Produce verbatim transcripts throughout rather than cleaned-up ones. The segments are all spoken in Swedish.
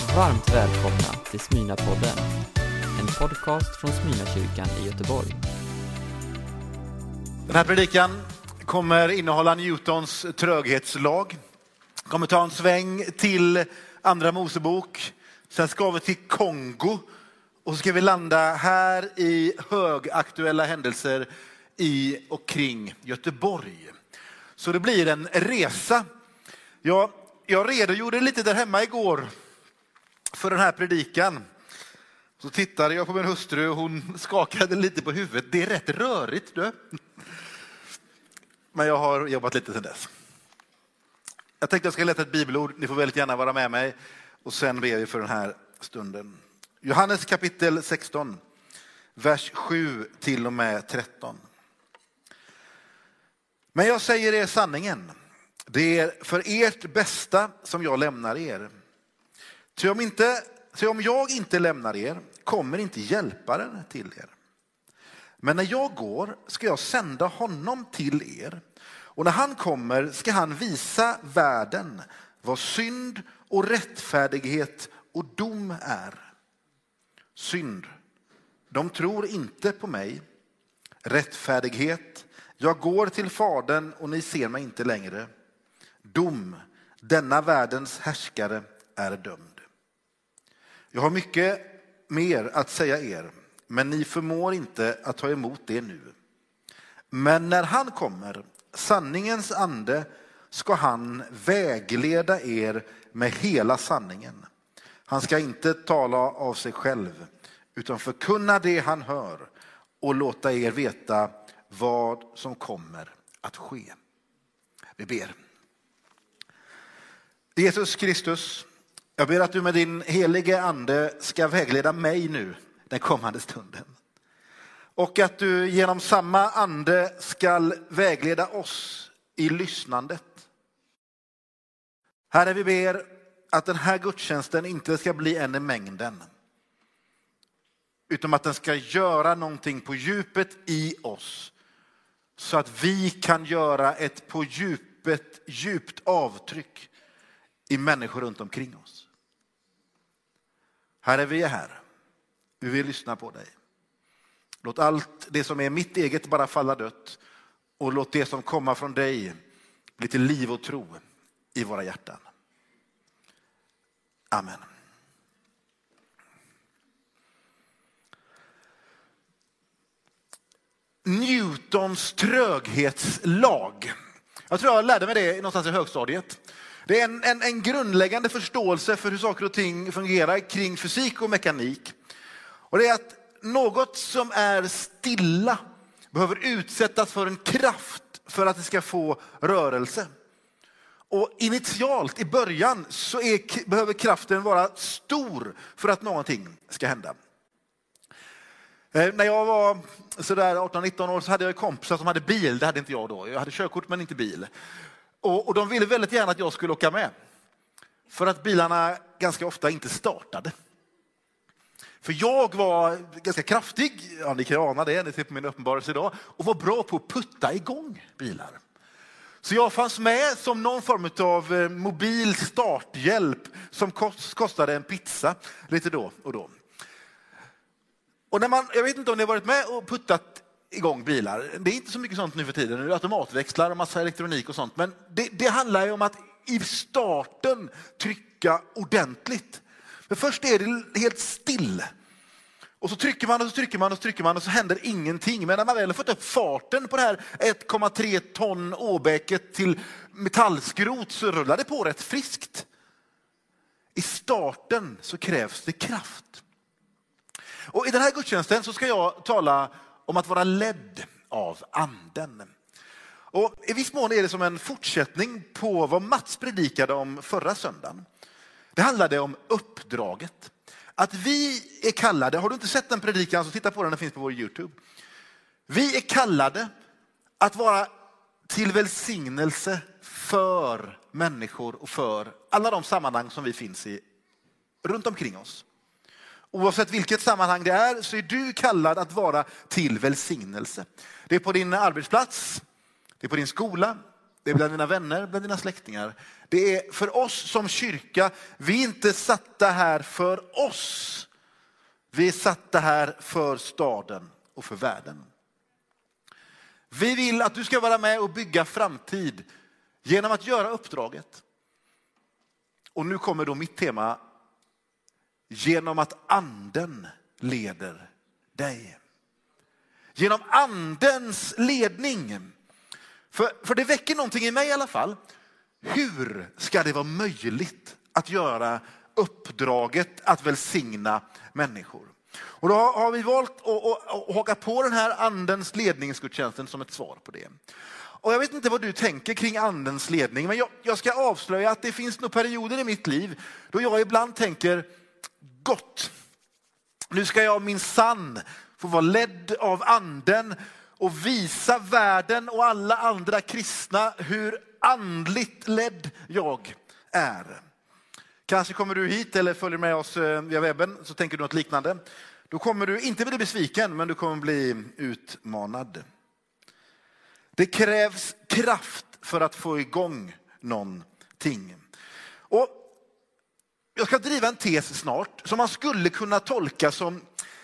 Varmt välkomna till Smyrna-podden, en podcast från Smyrna-kyrkan i Göteborg. Den här predikan kommer innehålla Newtons tröghetslag. Kommer ta en sväng till Andra Mosebok. Sen ska vi till Kongo. Och så ska vi landa här i högaktuella händelser i och kring Göteborg. Så det blir en resa. Jag, jag redogjorde lite där hemma igår för den här predikan. Så tittade jag på min hustru och hon skakade lite på huvudet. Det är rätt rörigt, du. Men jag har jobbat lite sedan dess. Jag tänkte jag ska läsa ett bibelord. Ni får väldigt gärna vara med mig. Och sen ber vi för den här stunden. Johannes kapitel sexton. Vers sju till och med tretton. Men jag säger er sanningen. Det är för ert bästa som jag lämnar er. Ty om, inte, ty om jag inte lämnar er kommer inte hjälparen till er. Men när jag går ska jag sända honom till er. Och när han kommer ska han visa världen vad synd och rättfärdighet och dom är. Synd, de tror inte på mig. Rättfärdighet, jag går till Fadern och ni ser mig inte längre. Dom, denna världens härskare är dömd. Jag har mycket mer att säga er, men ni förmår inte att ta emot det nu. Men när han kommer, sanningens ande, ska han vägleda er med hela sanningen. Han ska inte tala av sig själv, utan förkunna det han hör och låta er veta vad som kommer att ske. Vi ber. Jesus Kristus, jag ber att du med din helige ande ska vägleda mig nu den kommande stunden. Och att du genom samma ande ska vägleda oss i lyssnandet. Herre, vi ber att den här gudstjänsten inte ska bli en i mängden. Utan att den ska göra någonting på djupet i oss. Så att vi kan göra ett på djupet, djupt avtryck i människor runt omkring oss. Herre, vi är här. Vi vill lyssna på dig. Låt allt det som är mitt eget bara falla dött. Och låt det som kommer från dig bli till liv och tro i våra hjärtan. Amen. Newtons tröghetslag. Jag tror jag lärde mig det någonstans i högstadiet. Det är en, en, en grundläggande förståelse för hur saker och ting fungerar kring fysik och mekanik. Och det är att något som är stilla behöver utsättas för en kraft för att det ska få rörelse. Och initialt i början så är, behöver kraften vara stor för att någonting ska hända. Eh, när jag var sådär arton nitton år så hade jag kompisar som hade bil. Det hade inte jag då. Jag hade körkort men inte bil. Och, och de ville väldigt gärna att jag skulle åka med. För att bilarna ganska ofta inte startade. För jag var ganska kraftig, ja, ni kan ana det, ni ser på min uppenbarelse idag, och var bra på att putta igång bilar. Så jag fanns med som någon form av mobil starthjälp som kostade en pizza lite då och då. Och när man, jag vet inte om ni har varit med och puttat igång bilar. Det är inte så mycket sånt nu för tiden. Nu är automatväxlar och massa elektronik och sånt. Men det, det handlar ju om att i starten trycka ordentligt. För först är det helt still. Och så trycker man och så trycker man och så trycker man och så händer ingenting. Men när man väl har fått upp farten på det här ett komma tre ton åbäcket till metallskrot så rullar det på rätt friskt. I starten så krävs det kraft. Och i den här gudstjänsten så ska jag tala om att vara ledd av anden. Och i viss mån är det som en fortsättning på vad Mats predikade om förra söndagen. Det handlade om uppdraget. Att vi är kallade, har du inte sett den predikan så titta på den, den finns på vår YouTube. Vi är kallade att vara till välsignelse för människor och för alla de sammanhang som vi finns i runt omkring oss. Oavsett vilket sammanhang det är så är du kallad att vara till välsignelse. Det är på din arbetsplats, det är på din skola, det är bland dina vänner, bland dina släktingar. Det är för oss som kyrka, vi är inte satta här för oss. Vi är satta här för staden och för världen. Vi vill att du ska vara med och bygga framtid genom att göra uppdraget. Och nu kommer då mitt tema. Genom att anden leder dig. Genom andens ledning. För, för det väcker någonting i mig i alla fall. Hur ska det vara möjligt att göra uppdraget att välsigna människor? Och då har vi valt att, att, att haka på den här andens ledningsgudstjänsten som ett svar på det. Och jag vet inte vad du tänker kring andens ledning, men jag, jag ska avslöja att det finns några perioder i mitt liv då jag ibland tänker, gott, nu ska jag minsann få vara ledd av anden och visa världen och alla andra kristna hur andligt ledd jag är. Kanske kommer du hit eller följer med oss via webben, så tänker du något liknande. Då kommer du inte bli besviken, men du kommer bli utmanad. Det krävs kraft för att få igång någonting. Och jag ska driva en tes snart som man skulle kunna tolka som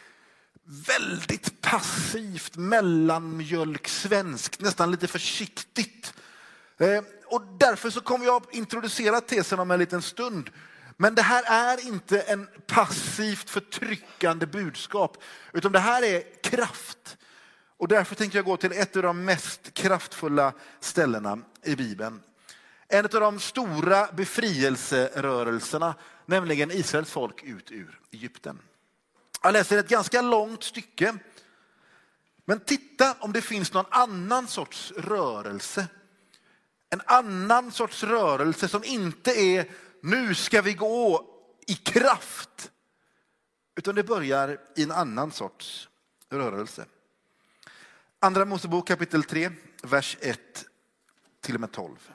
väldigt passivt, mellanmjölk, svenskt, nästan lite försiktigt. Och därför så kommer jag introducera tesen om en liten stund. Men det här är inte en passivt förtryckande budskap, utan det här är kraft. Och därför tänkte jag gå till ett av de mest kraftfulla ställena i Bibeln. En av de stora befrielserörelserna, nämligen Israels folk ut ur Egypten. Jag läser ett ganska långt stycke. Men titta om det finns någon annan sorts rörelse. En annan sorts rörelse som inte är nu ska vi gå i kraft. Utan det börjar i en annan sorts rörelse. Andra Mosebok kapitel tre, vers ett till och med tolv.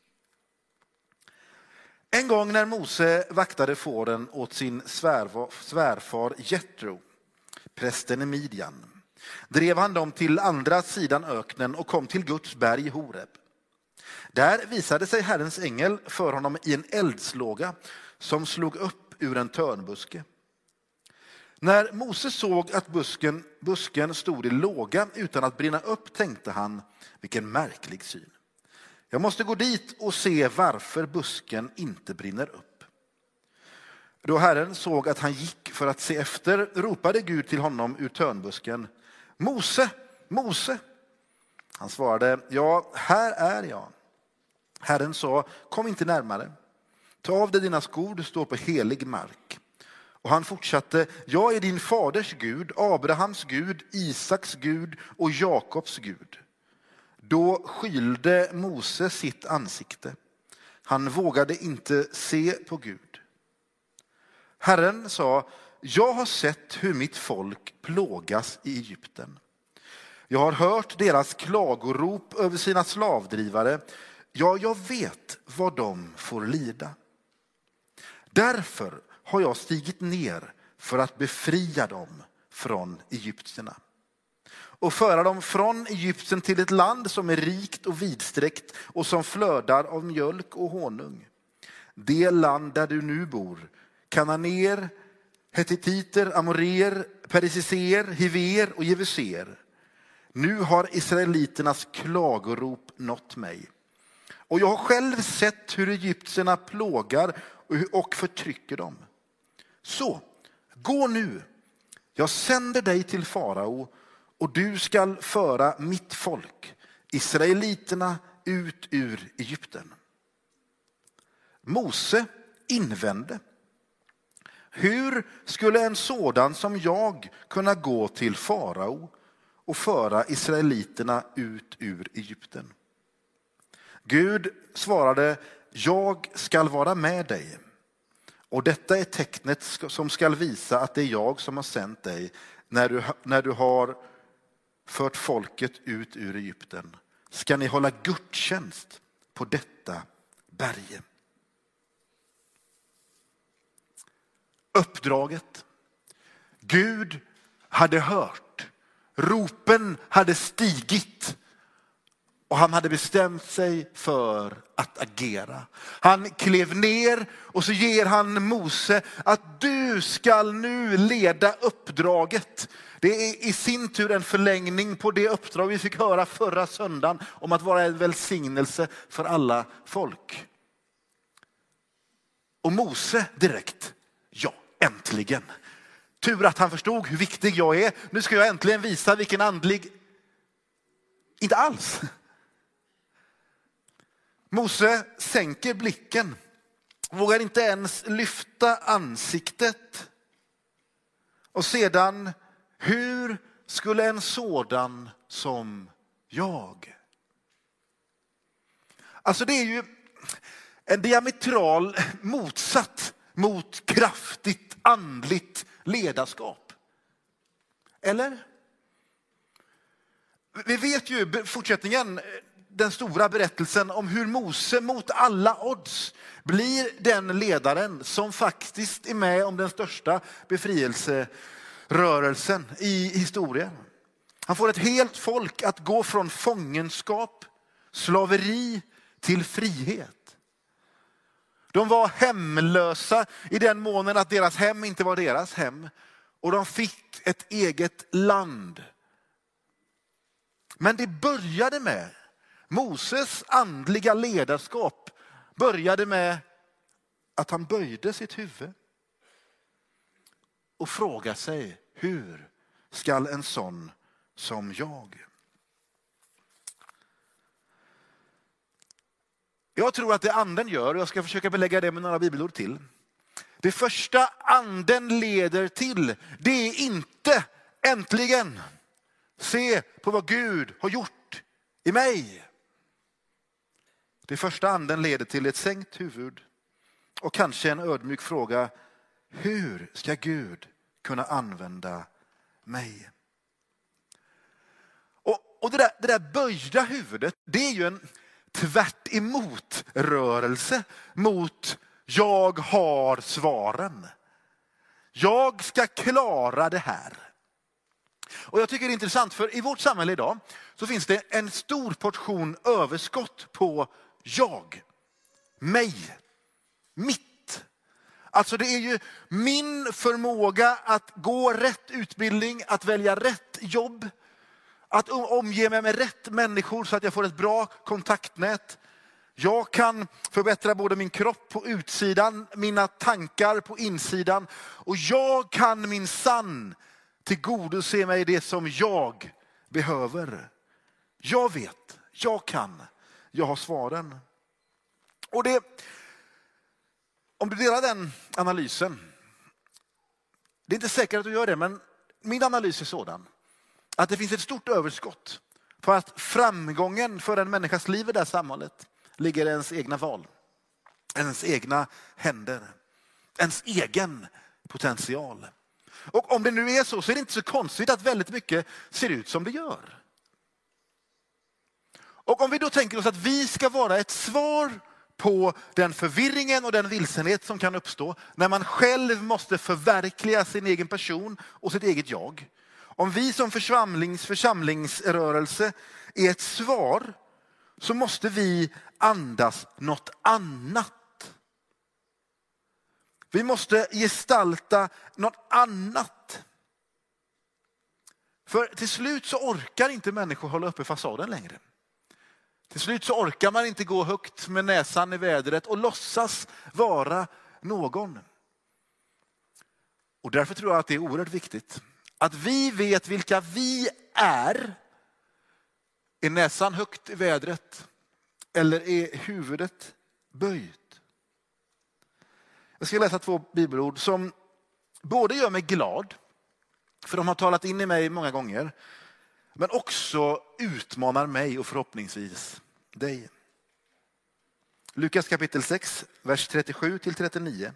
En gång när Mose vaktade fåren åt sin svärfar, svärfar Jetro, prästen i Midjan, drev han dem till andra sidan öknen och kom till Guds berg Horeb. Där visade sig Herrens ängel för honom i en eldslåga som slog upp ur en törnbuske. När Mose såg att busken, busken stod i låga utan att brinna upp, tänkte han, vilken märklig syn. Jag måste gå dit och se varför busken inte brinner upp. Då Herren såg att han gick för att se efter, ropade Gud till honom ur törnbusken. Mose, Mose! Han svarade, ja, här är jag. Herren sa, kom inte närmare. Ta av dig dina skor, du står på helig mark. Och han fortsatte, jag är din faders Gud, Abrahams Gud, Isaks Gud och Jakobs Gud. Då skylde Mose sitt ansikte. Han vågade inte se på Gud. Herren sa, jag har sett hur mitt folk plågas i Egypten. Jag har hört deras klagorop över sina slavdrivare. Ja, jag vet vad de får lida. Därför har jag stigit ner för att befria dem från egyptierna. Och föra dem från Egypten till ett land som är rikt och vidsträckt och som flödar av mjölk och honung. Det land där du nu bor, kananéer, hetititer, amorer, perisiser, hiver och jevuser. Nu har israeliternas klagorop nått mig. Och jag har själv sett hur egyptierna plågar och förtrycker dem. Så, gå nu. Jag sänder dig till farao och du skall föra mitt folk, israeliterna, ut ur Egypten. Mose invände. Hur skulle en sådan som jag kunna gå till farao och föra israeliterna ut ur Egypten? Gud svarade, jag skall vara med dig. Och detta är tecknet som skall visa att det är jag som har sänt dig när du, när du har fört folket ut ur Egypten. Ska ni hålla gudstjänst på detta berg. Uppdraget. Gud hade hört. Ropen hade stigit. Och han hade bestämt sig för att agera. Han klev ner och så ger han Mose att du ska nu leda uppdraget. Det är i sin tur en förlängning på det uppdrag vi fick höra förra söndagen om att vara en välsignelse för alla folk. Och Mose direkt, ja, äntligen. Tur att han förstod hur viktig jag är. Nu ska jag äntligen visa vilken andlig... Inte alls. Mose sänker blicken. Vågar inte ens lyfta ansiktet. Och sedan, hur skulle en sådan som jag? Alltså det är ju en diametral motsatt mot kraftigt andligt ledarskap. Eller? Vi vet ju fortsättningen, den stora berättelsen om hur Mose mot alla odds blir den ledaren som faktiskt är med om den största befrielserörelsen i historien. Han får ett helt folk att gå från fångenskap, slaveri till frihet. De var hemlösa i den månen att deras hem inte var deras hem. Och de fick ett eget land. Men det började med, Moses andliga ledarskap började med att han böjde sitt huvud. Och frågade sig, hur ska en sån som jag? Jag tror att det anden gör, och jag ska försöka belägga det med några bibelord till. Det första anden leder till, det är inte äntligen se på vad Gud har gjort i mig. Det första anden leder till ett sänkt huvud och kanske en ödmjuk fråga, hur ska Gud kunna använda mig? Och, och det, där, det där böjda huvudet, det är ju en tvärt emot rörelse mot jag har svaren. Jag ska klara det här. Och jag tycker det är intressant, för i vårt samhälle idag så finns det en stor portion överskott på jag, mig, mitt. Alltså det är ju min förmåga att gå rätt utbildning, att välja rätt jobb, att omge mig med rätt människor så att jag får ett bra kontaktnät. Jag kan förbättra både min kropp på utsidan, mina tankar på insidan. Och jag kan min sann tillgodose mig det som jag behöver. Jag vet, jag kan, jag har svaren. Och det, om du delar den analysen, det är inte säkert att du gör det, men min analys är sådan att det finns ett stort överskott på att framgången för en människas liv i det här samhället ligger i ens egna val, ens egna händer, ens egen potential. Och om det nu är så, så är det inte så konstigt att väldigt mycket ser ut som det gör. Och om vi då tänker oss att vi ska vara ett svar på den förvirringen och den vilsenhet som kan uppstå när man själv måste förverkliga sin egen person och sitt eget jag. Om vi som församlings, församlingsrörelse är ett svar, så måste vi andas något annat. Vi måste gestalta något annat. För till slut så orkar inte människor hålla uppe fasaden längre. Till slut så orkar man inte gå högt med näsan i vädret och låtsas vara någon. Och därför tror jag att det är oerhört viktigt att vi vet vilka vi är. Är näsan högt i vädret eller är huvudet böjt? Jag ska läsa två bibelord som både gör mig glad, för de har talat in i mig många gånger, men också utmanar mig och förhoppningsvis dig. Lukas kapitel sex, vers trettiosju till trettionio.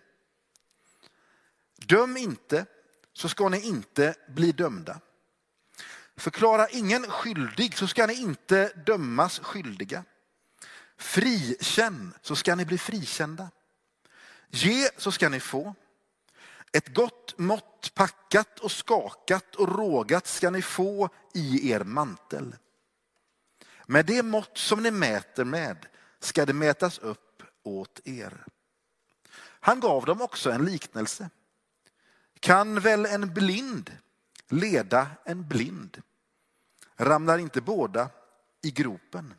Döm inte, så ska ni inte bli dömda. Förklara ingen skyldig, så ska ni inte dömas skyldiga. Frikänn, så ska ni bli frikända. Ge, så ska ni få. Ett gott mått packat och skakat och rågat ska ni få i er mantel. Med det mått som ni mäter med ska det mätas upp åt er. Han gav dem också en liknelse. Kan väl en blind leda en blind? Ramlar inte båda i gropen?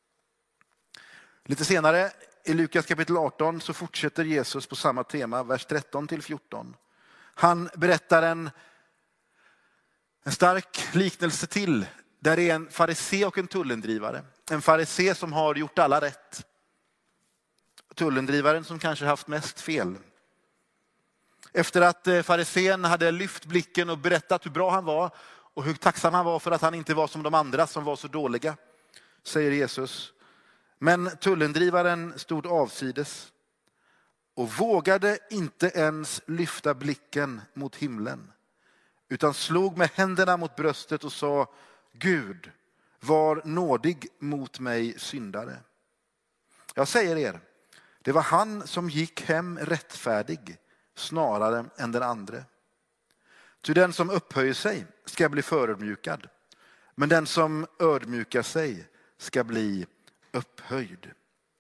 Lite senare i Lukas kapitel arton så fortsätter Jesus på samma tema, vers tretton till fjorton. Han berättar en, en stark liknelse till, där det är en farisé och en tullindrivare. En farisé som har gjort alla rätt. Tullindrivaren som kanske haft mest fel. Efter att farisén hade lyft blicken och berättat hur bra han var och hur tacksam han var för att han inte var som de andra som var så dåliga, säger Jesus. Men tullindrivaren stod avsides och vågade inte ens lyfta blicken mot himlen, utan slog med händerna mot bröstet och sa: Gud, var nådig mot mig syndare. Jag säger er, det var han som gick hem rättfärdig snarare än den andra. Ty den som upphöjer sig ska bli förödmjukad, men den som ödmjukar sig ska bli upphöjd.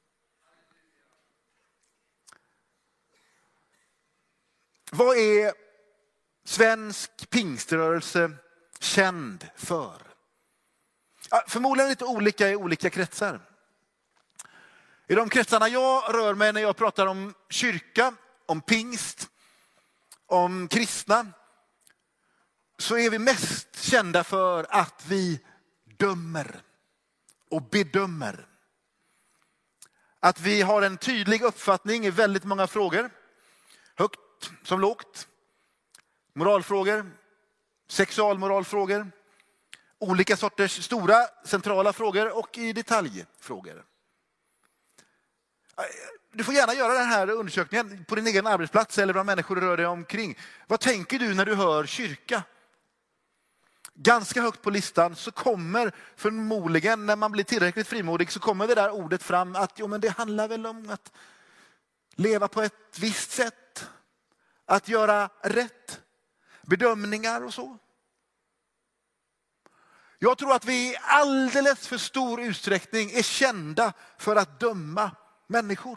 Vad är svensk pingströrelse känd för? Ja, förmodligen lite olika i olika kretsar. I de kretsarna jag rör mig när jag pratar om kyrka, om pingst, om kristna, så är vi mest kända för att vi dömer och bedömer. Att vi har en tydlig uppfattning i väldigt många frågor. Högt som lågt. Moralfrågor, sexualmoralfrågor, olika sorters stora centrala frågor och i detaljfrågor. Du får gärna göra den här undersökningen på din egen arbetsplats eller bland människor du rör dig omkring. Vad tänker du när du hör kyrka? Ganska högt på listan så kommer förmodligen, när man blir tillräckligt frimodig, så kommer det där ordet fram att jo, men det handlar väl om att leva på ett visst sätt. Att göra rätt bedömningar och så. Jag tror att vi i alldeles för stor utsträckning är kända för att döma människor.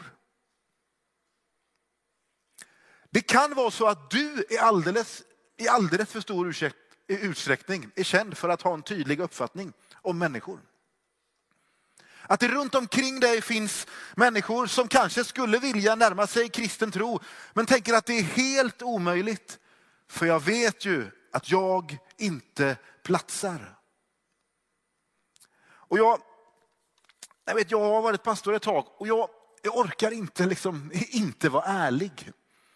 Det kan vara så att du är alldeles, i alldeles för stor ursäkt, utsträckning är känd för att ha en tydlig uppfattning om människor. Att det runt omkring dig finns människor som kanske skulle vilja närma sig kristen tro, men tänker att det är helt omöjligt. För jag vet ju att jag inte platsar. Och jag, jag vet, jag har varit pastor ett tag och jag, jag orkar inte, liksom, inte vara ärlig.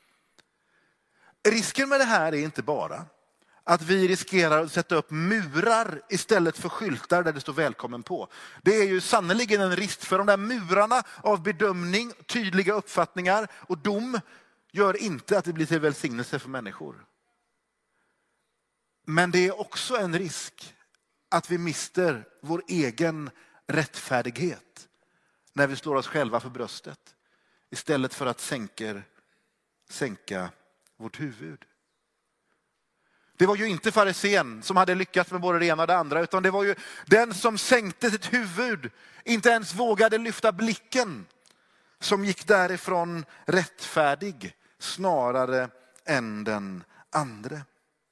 Risken med det här är inte bara att vi riskerar att sätta upp murar istället för skyltar där det står välkommen på. Det är ju sannoliken en risk, för de där murarna av bedömning, tydliga uppfattningar och dom gör inte att det blir till välsignelse för människor. Men det är också en risk att vi mister vår egen rättfärdighet när vi slår oss själva för bröstet istället för att sänka, sänka vårt huvud. Det var ju inte farisén som hade lyckats med både det ena och det andra, utan det var ju den som sänkte sitt huvud, inte ens vågade lyfta blicken, som gick därifrån rättfärdig snarare än den andra.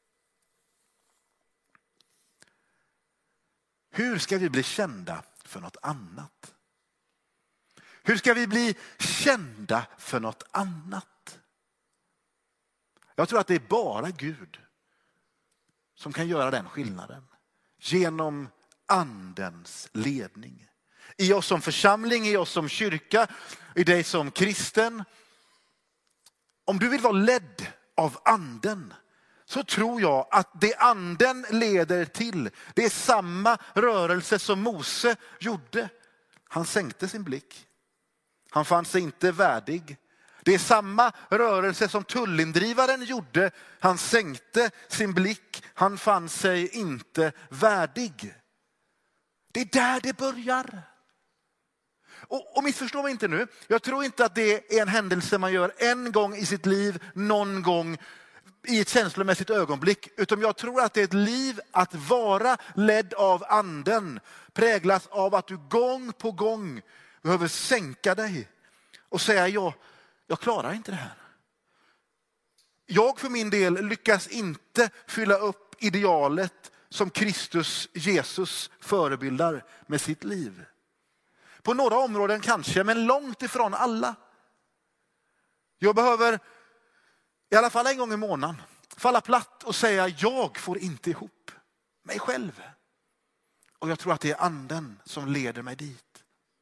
Hur ska vi bli kända för något annat? Hur ska vi bli kända för något annat? Jag tror att det är bara Gud som kan göra den skillnaden. Genom andens ledning. I oss som församling, i oss som kyrka, i dig som kristen. Om du vill vara ledd av anden, så tror jag att det anden leder till, det är samma rörelse som Mose gjorde. Han sänkte sin blick. Han fann sig inte värdig. Det är samma rörelse som tullindrivaren gjorde. Han sänkte sin blick. Han fann sig inte värdig. Det är där det börjar. Och, och missförstå mig inte nu. Jag tror inte att det är en händelse man gör en gång i sitt liv, någon gång i ett känslomässigt ögonblick, utan jag tror att det är ett liv att vara ledd av anden, präglas av att du gång på gång behöver sänka dig och säga jag, jag klarar inte det här. Jag för min del lyckas inte fylla upp idealet som Kristus, Jesus, förebildar med sitt liv. På några områden kanske, men långt ifrån alla. Jag behöver i alla fall en gång i månaden falla platt och säga jag får inte ihop mig själv. Och jag tror att det är anden som leder mig dit.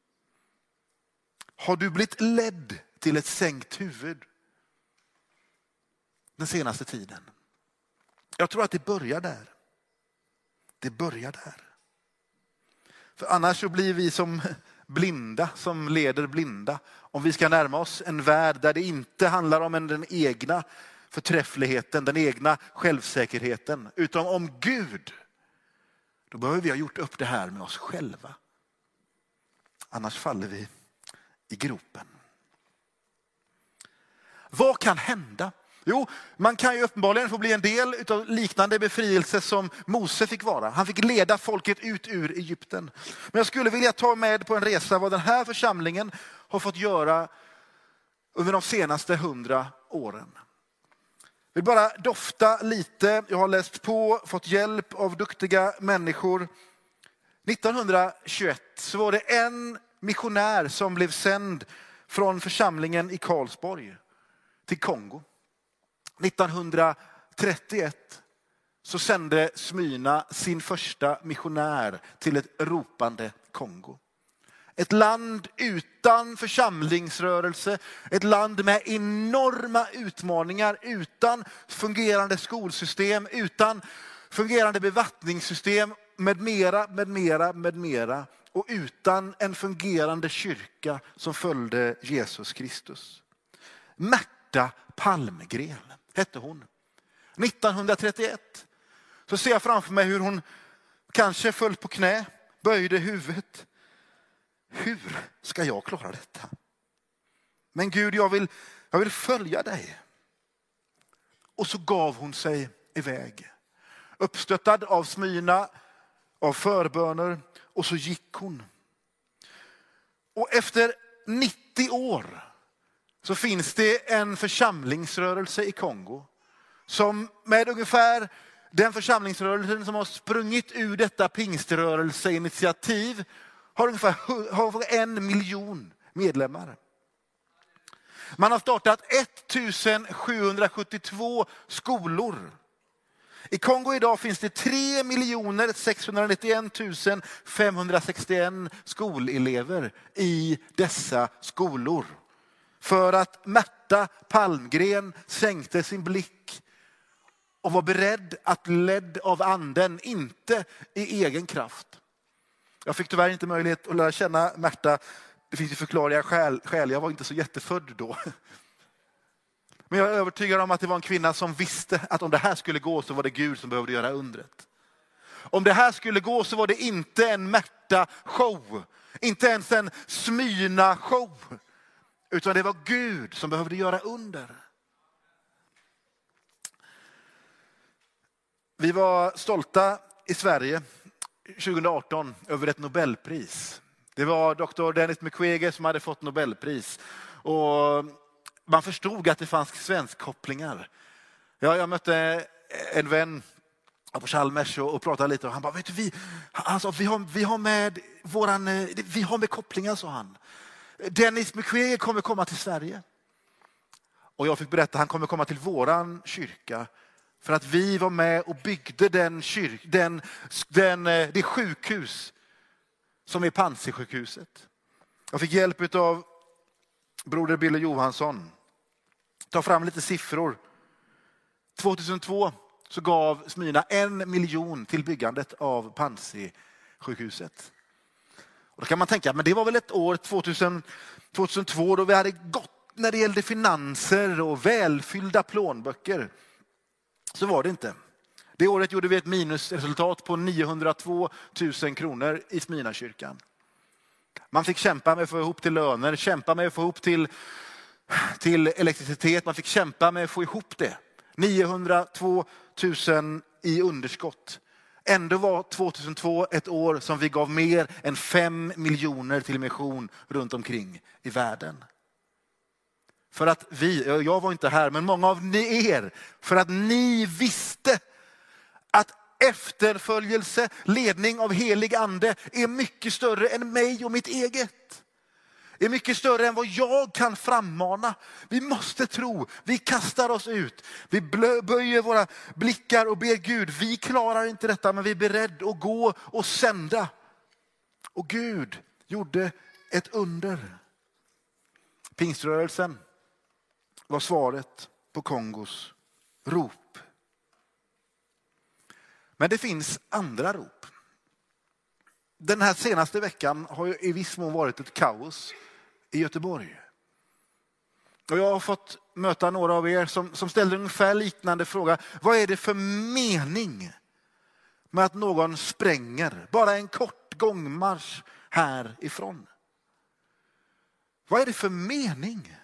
Har du blivit ledd till ett sänkt huvud den senaste tiden? Jag tror att det börjar där. Det börjar där. För annars så blir vi som blinda som leder blinda. Om vi ska närma oss en värld där det inte handlar om den egna förträffligheten, den egna självsäkerheten, utan om Gud. Då behöver vi ha gjort upp det här med oss själva. Annars faller vi i gropen. Vad kan hända? Jo, man kan ju uppenbarligen få bli en del av liknande befrielse som Mose fick vara. Han fick leda folket ut ur Egypten. Men jag skulle vilja ta med på en resa vad den här församlingen har fått göra under de senaste hundra åren. Jag vill bara dofta lite. Jag har läst på, fått hjälp av duktiga människor. nittonhundratjugoett så var det en missionär som blev sänd från församlingen i Karlsborg till Kongo. nittonhundratrettioett så sände Smyrna sin första missionär till ett ropande Kongo. Ett land utan församlingsrörelse, ett land med enorma utmaningar, utan fungerande skolsystem, utan fungerande bevattningssystem, med mera, med mera, med mera. Och utan en fungerande kyrka som följde Jesus Kristus. Märta Palmgren hette hon. nittonhundratrettioett så ser jag framför mig hur hon kanske föll på knä, böjde huvudet. Hur ska jag klara detta? Men Gud, jag vill, jag vill följa dig. Och så gav hon sig iväg. Uppstöttad av Smyrna, av förböner, och så gick hon. Och efter nittio år så finns det en församlingsrörelse i Kongo som med ungefär den församlingsrörelsen som har sprungit ur detta pingströrelseinitiativ har ungefär har en miljon medlemmar. Man har startat ettusen sjuhundrasjuttiotvå skolor. I Kongo idag finns det tre miljoner sexhundranittioett tusen femhundrasextioett skolelever i dessa skolor. För att Märta Palmgren sänkte sin blick och var beredd att ledd av anden, inte i egen kraft. Jag fick tyvärr inte möjlighet att lära känna Märta. Det finns ju förklarliga skäl, skäl. Jag var inte så jättefödd då. Men jag är övertygad om att det var en kvinna som visste att om det här skulle gå så var det Gud som behövde göra undret. Om det här skulle gå så var det inte en Märta-show. Inte ens en Smyrna-show. Utan det var Gud som behövde göra under. Vi var stolta i Sverige tjugoarton över ett Nobelpris. Det var doktor Denis Mukwege som hade fått Nobelpris. Och man förstod att det fanns svenskkopplingar. Ja, jag mötte en vän på Chalmers och pratade lite och han bara, vet du, vi, alltså, vi, har, vi, har med våran, vi har med kopplingar, sa han. Denis Mukwege kommer komma till Sverige. Och jag fick berätta, han kommer komma till våran kyrka. För att vi var med och byggde den kyrk, den, den, det sjukhus som är Panzisjukhuset. Jag fick hjälp av broder Bille Johansson. Ta fram lite siffror. tjugohundratvå så gav Smyrna en miljon till byggandet av Panzisjukhuset. Och då kan man tänka, men det var väl ett år tjugohundra, tjugohundratvå då vi hade gått när det gällde finanser och välfyllda plånböcker. Så var det inte. Det året gjorde vi ett minusresultat på niohundratvå tusen kronor i Smyrnakyrkan. Man fick kämpa med att få ihop till löner, kämpa med att få ihop till, till elektricitet. Man fick kämpa med att få ihop det. niohundratvåtusen i underskott. Ändå var tvåtusentvå ett år som vi gav mer än fem miljoner till mission runt omkring i världen. För att vi, jag var inte här, men många av ni er, för att ni visste att efterföljelse, ledning av helig ande är mycket större än mig och mitt eget. Är mycket större än vad jag kan frammana. Vi måste tro, vi kastar oss ut. Vi böjer våra blickar och ber Gud, vi klarar inte detta, men vi är beredda att gå och sända. Och Gud gjorde ett under. Pingströrelsen var svaret på Kongos rop. Men det finns andra rop. Den här senaste veckan har ju i viss mån varit ett kaos i Göteborg. Och jag har fått möta några av er som, som ställde ungefär liknande fråga. Vad är det för mening med att någon spränger bara en kort gångmarsch härifrån? Vad är det för mening?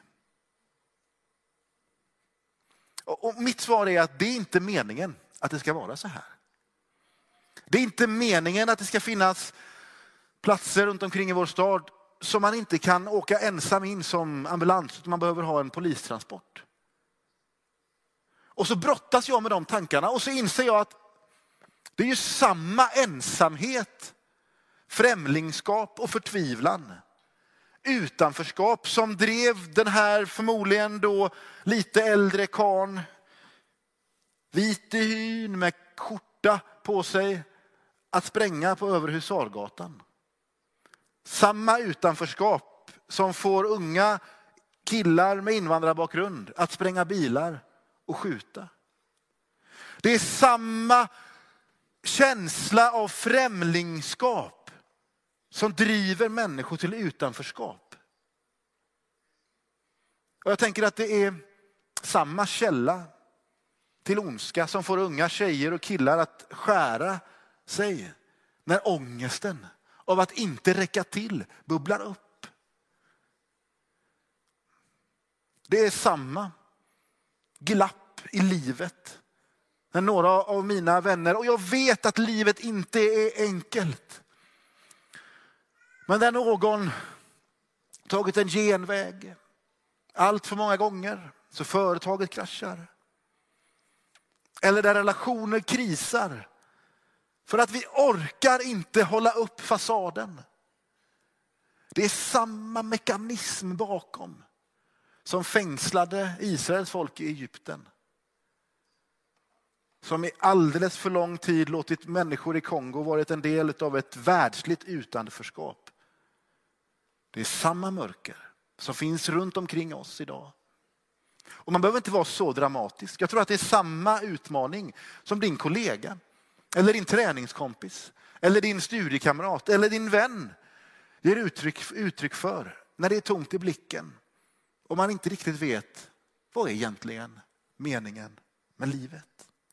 Och, och mitt svar är att det är inte meningen att det ska vara så här. Det är inte meningen att det ska finnas platser runt omkring i vår stad som man inte kan åka ensam in som ambulans, utan man behöver ha en polistransport. Och så brottas jag med de tankarna och så inser jag att det är ju samma ensamhet, främlingskap och förtvivlan, utanförskap som drev den här förmodligen då lite äldre karln, vit i hyn med skjorta på sig, att spränga på Överhusargatan. Samma utanförskap som får unga killar med invandrarbakgrund att spränga bilar och skjuta. Det är samma känsla av främlingskap som driver människor till utanförskap. Och jag tänker att det är samma källa till ondska som får unga tjejer och killar att skära sig när ångesten av att inte räcka till bubblar upp. Det är samma glapp i livet när några av mina vänner, och jag vet att livet inte är enkelt, men där någon tagit en genväg allt för många gånger så företaget kraschar. Eller där relationer krisar för att vi orkar inte hålla upp fasaden. Det är samma mekanism bakom som fängslade Israels folk i Egypten. Som i alldeles för lång tid låtit människor i Kongo varit en del av ett världsligt utanförskap. Det är samma mörker som finns runt omkring oss idag. Och man behöver inte vara så dramatisk. Jag tror att det är samma utmaning som din kollega, eller din träningskompis, eller din studiekamrat, eller din vän ger uttryck, uttryck för när det är tomt i blicken. Och man inte riktigt vet vad är egentligen meningen med livet.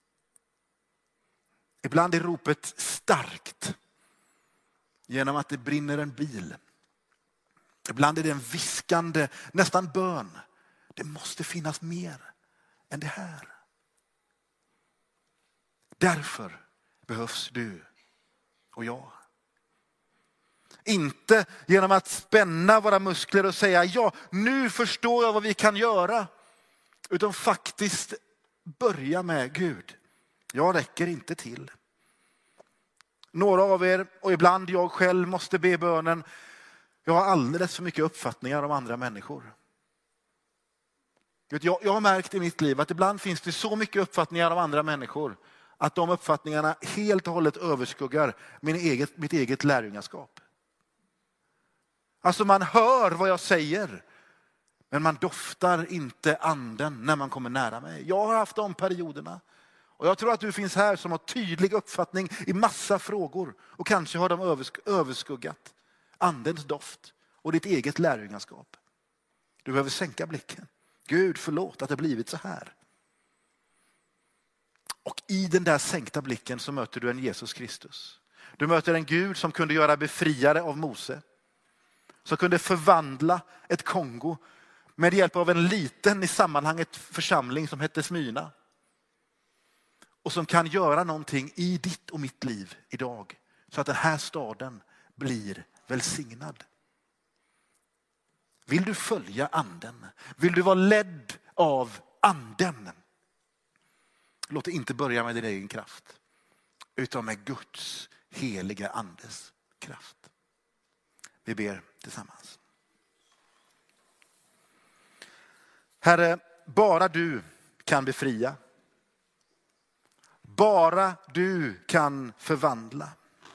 Ibland är ropet starkt genom att det brinner en bil. Ibland är det en viskande, nästan bön. Det måste finnas mer än det här. Därför behövs du och jag. Inte genom att spänna våra muskler och säga ja, nu förstår jag vad vi kan göra. Utan faktiskt börja med Gud. Jag räcker inte till. Några av er, och ibland jag själv, måste be bönen. Jag har alldeles för mycket uppfattningar om andra människor. Jag, jag har märkt i mitt liv att ibland finns det så mycket uppfattningar om andra människor att de uppfattningarna helt och hållet överskuggar min eget, mitt eget lärjungaskap. Alltså man hör vad jag säger, men man doftar inte anden när man kommer nära mig. Jag har haft de perioderna. Och jag tror att du finns här som har tydlig uppfattning i massa frågor. Och kanske har de överskuggat andens doft och ditt eget lärjungaskap. Du behöver sänka blicken. Gud, förlåt att det blivit så här. Och i den där sänkta blicken så möter du en Jesus Kristus. Du möter en Gud som kunde göra befriare av Mose. Som kunde förvandla ett Kongo med hjälp av en liten i sammanhanget församling som hette Smyrna. och som kan göra någonting i ditt och mitt liv idag. Så att den här staden blir välsignad. Vill du följa anden? Vill du vara ledd av anden? Låt det inte börja med din egen kraft, utan med Guds heliga andes kraft. Vi ber tillsammans. Herre, bara du kan befria. Bara du kan förvandla.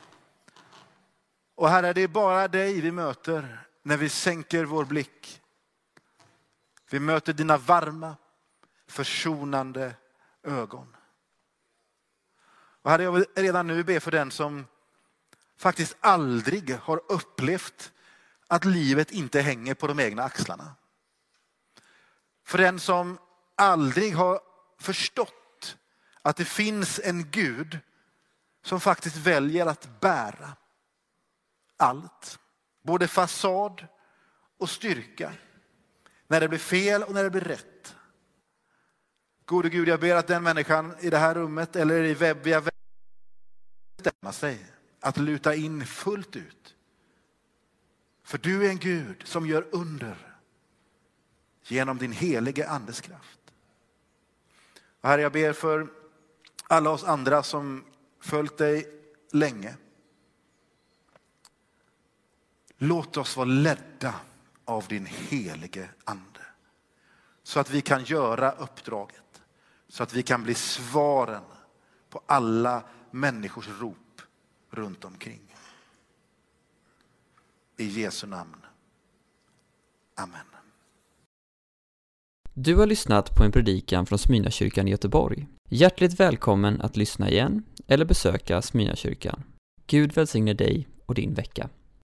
Och Herre, det är bara dig vi möter när vi sänker vår blick. Vi möter dina varma, försonande ögon. Och Herre, jag vill redan nu be för den som faktiskt aldrig har upplevt att livet inte hänger på de egna axlarna. För den som aldrig har förstått att det finns en Gud som faktiskt väljer att bära allt. Både fasad och styrka. När det blir fel och när det blir rätt. Gode Gud, jag ber att den människan i det här rummet eller i webb, via webb bestämma sig att luta in fullt ut. För du är en Gud som gör under genom din helige andes kraft. Och Herre, jag ber för alla oss andra som följt dig länge. Låt oss vara ledda av din helige ande. Så att vi kan göra uppdraget. Så att vi kan bli svaren på alla människors rop runt omkring. I Jesu namn. Amen. Du har lyssnat på en predikan från Smyrnakyrkan i Göteborg. Hjärtligt välkommen att lyssna igen eller besöka Smyrnakyrkan. Gud välsigne dig och din vecka.